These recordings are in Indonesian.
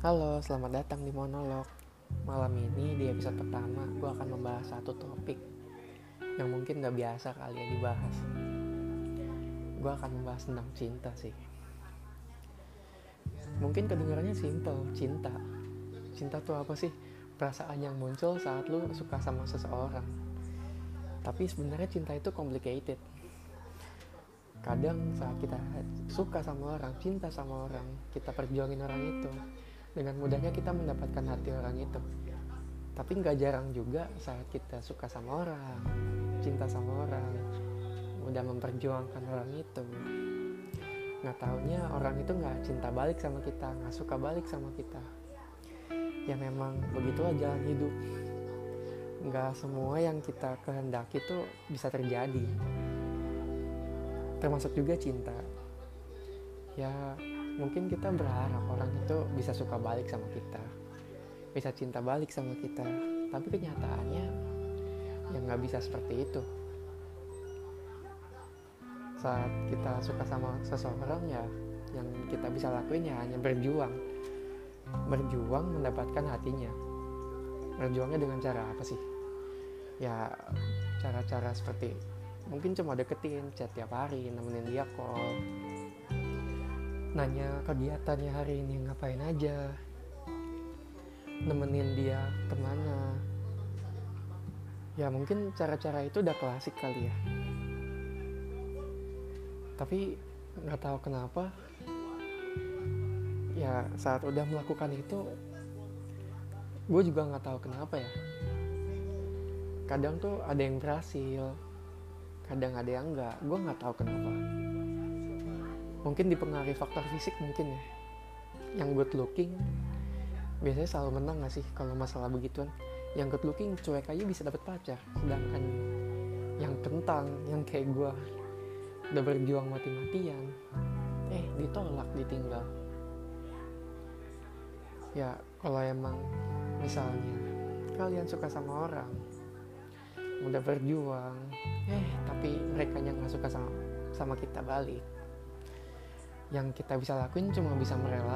Halo, selamat datang di Monolog. Malam ini di episode pertama, gue akan membahas satu topik yang mungkin gak biasa kali ya dibahas. Gue akan membahas tentang cinta sih. Mungkin kedengarannya simple, cinta. Cinta tuh apa sih? Perasaan yang muncul saat lu suka sama seseorang. Tapi sebenarnya cinta itu complicated. Kadang saat kita suka sama orang, cinta sama orang, kita perjuangin orang itu, dengan mudahnya kita mendapatkan hati orang itu. Tapi gak jarang juga saat kita suka sama orang, cinta sama orang, udah memperjuangkan orang itu, gak taunya orang itu gak cinta balik sama kita, gak suka balik sama kita. Ya memang begitulah jalan hidup. Gak semua yang kita kehendaki tuh bisa terjadi, termasuk juga cinta. Ya mungkin kita berharap orang itu bisa suka balik sama kita, bisa cinta balik sama kita. Tapi kenyataannya ya gak bisa seperti itu. Saat kita suka sama seseorang ya, yang kita bisa lakuin ya hanya berjuang mendapatkan hatinya. Berjuangnya dengan cara apa sih? Ya cara-cara seperti mungkin cuma deketin, chat tiap hari, nemenin dia call, nanya kegiatannya hari ini ngapain aja, nemenin dia kemana. Ya mungkin cara-cara itu udah klasik kali ya. Tapi gak tahu kenapa, ya saat udah melakukan itu, gue juga gak tahu kenapa ya. Kadang tuh ada yang berhasil, kadang ada yang enggak, gue gak tahu kenapa. Mungkin dipengaruhi faktor fisik mungkin ya. Yang good looking biasanya selalu menang gak sih kalau masalah begituan. Yang good looking cuek aja bisa dapet pacar, sedangkan yang kentang, yang kayak gue udah berjuang mati-matian, ditolak, ditinggal. Ya kalau emang misalnya kalian suka sama orang, udah berjuang, tapi mereka yang gak suka sama kita balik, yang kita bisa lakuin cuma bisa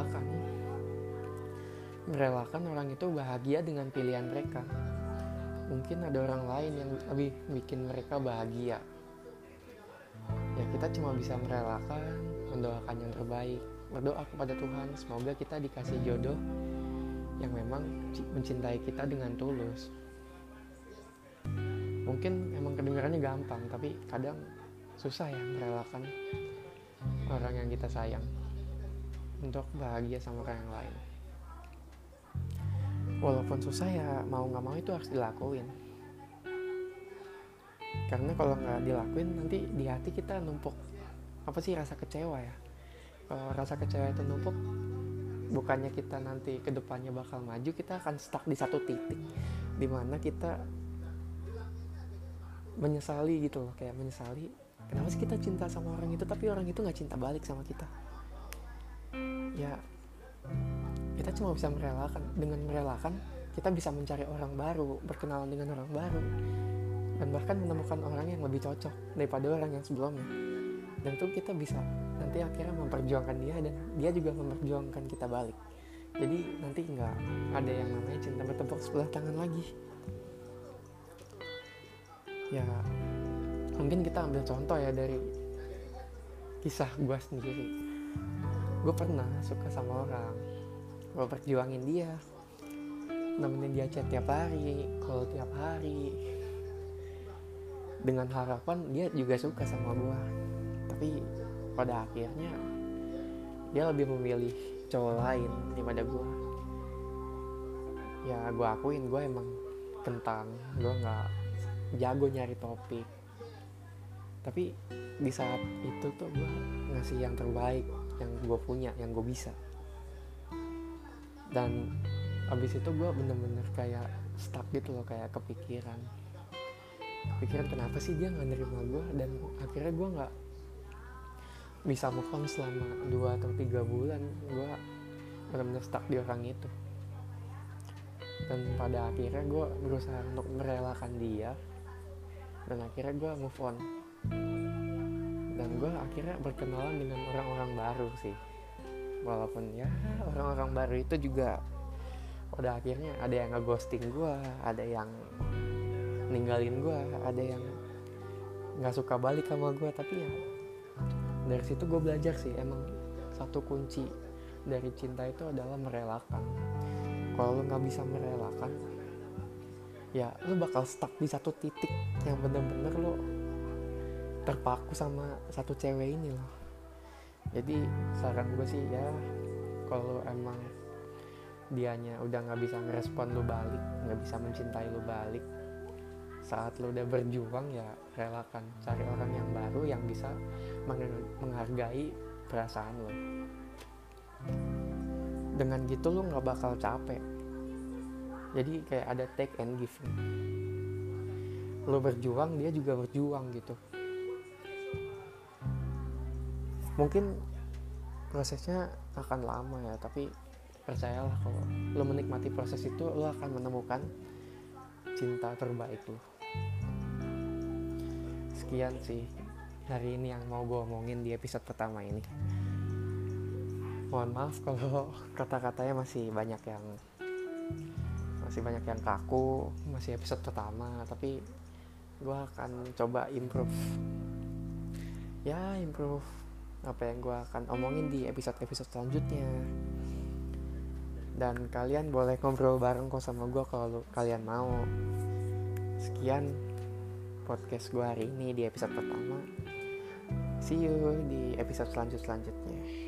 merelakan orang itu bahagia dengan pilihan mereka. Mungkin ada orang lain yang lebih bikin mereka bahagia. Ya kita cuma bisa merelakan, mendoakan yang terbaik, berdoa kepada Tuhan semoga kita dikasih jodoh yang memang mencintai kita dengan tulus. Mungkin emang kedengarannya gampang, tapi kadang susah ya merelakan orang yang kita sayang untuk bahagia sama orang yang lain. Walaupun susah ya mau gak mau itu harus dilakuin. Karena kalau gak dilakuin nanti di hati kita numpuk rasa kecewa ya. Kalau rasa kecewa itu numpuk, bukannya kita nanti kedepannya bakal maju, kita akan stuck di satu titik dimana kita menyesali gitu loh. Kayak menyesali kenapa sih kita cinta sama orang itu tapi orang itu gak cinta balik sama kita. Ya kita cuma bisa merelakan. Dengan merelakan kita bisa mencari orang baru, berkenalan dengan orang baru, dan bahkan menemukan orang yang lebih cocok daripada orang yang sebelumnya. Dan itu kita bisa nanti akhirnya memperjuangkan dia, dan dia juga memperjuangkan kita balik. Jadi nanti gak ada yang namanya cinta bertepuk sebelah tangan lagi. Ya mungkin kita ambil contoh ya dari kisah gue sendiri. Gue pernah suka sama orang, gue perjuangin dia, nemenin dia chat tiap hari, call tiap hari, dengan harapan dia juga suka sama gue. Tapi pada akhirnya dia lebih memilih cowok lain daripada gue. Ya gue akuin gue emang kentang, gue gak jago nyari topik. Tapi di saat itu tuh gue ngasih yang terbaik, yang gue punya, yang gue bisa. Dan abis itu gue bener-bener kayak stuck gitu loh, kayak kepikiran kenapa sih dia gak nerima gue. Dan akhirnya gue gak bisa move on selama 2 atau 3 bulan. Gue bener-bener stuck di orang itu. Dan pada akhirnya gue berusaha untuk merelakan dia, dan akhirnya gue move on. Dan gue akhirnya berkenalan dengan orang-orang baru sih. walaupun ya orang-orang baru itu juga pada akhirnya ada yang ngeghosting gue, ada yang ninggalin gue, ada yang nggak suka balik sama gue. Tapi ya dari situ gue belajar sih, emang satu kunci dari cinta itu adalah merelakan. Kalau lo nggak bisa merelakan, ya lo bakal stuck di satu titik yang bener-bener lo terpaku sama satu cewek ini loh. Jadi saran gue sih ya, kalau emang dianya udah nggak bisa ngerespon lo balik, nggak bisa mencintai lo balik, saat lo udah berjuang ya relakan, cari orang yang baru yang bisa menghargai perasaan lo. Dengan gitu lo nggak bakal capek. Jadi kayak ada take and give. Lo berjuang, dia juga berjuang gitu. Mungkin prosesnya akan lama ya, tapi percayalah kalau lo menikmati proses itu, lo akan menemukan cinta terbaik lo. Sekian sih hari ini yang mau gue omongin di episode pertama ini. Mohon maaf kalau kata-katanya masih banyak yang kaku, masih episode pertama, tapi gue akan coba improve apa yang gue akan omongin di episode-episode selanjutnya. Dan kalian boleh ngobrol bareng kok sama gue kalau kalian mau. Sekian podcast gue hari ini di episode pertama. See you di episode selanjutnya.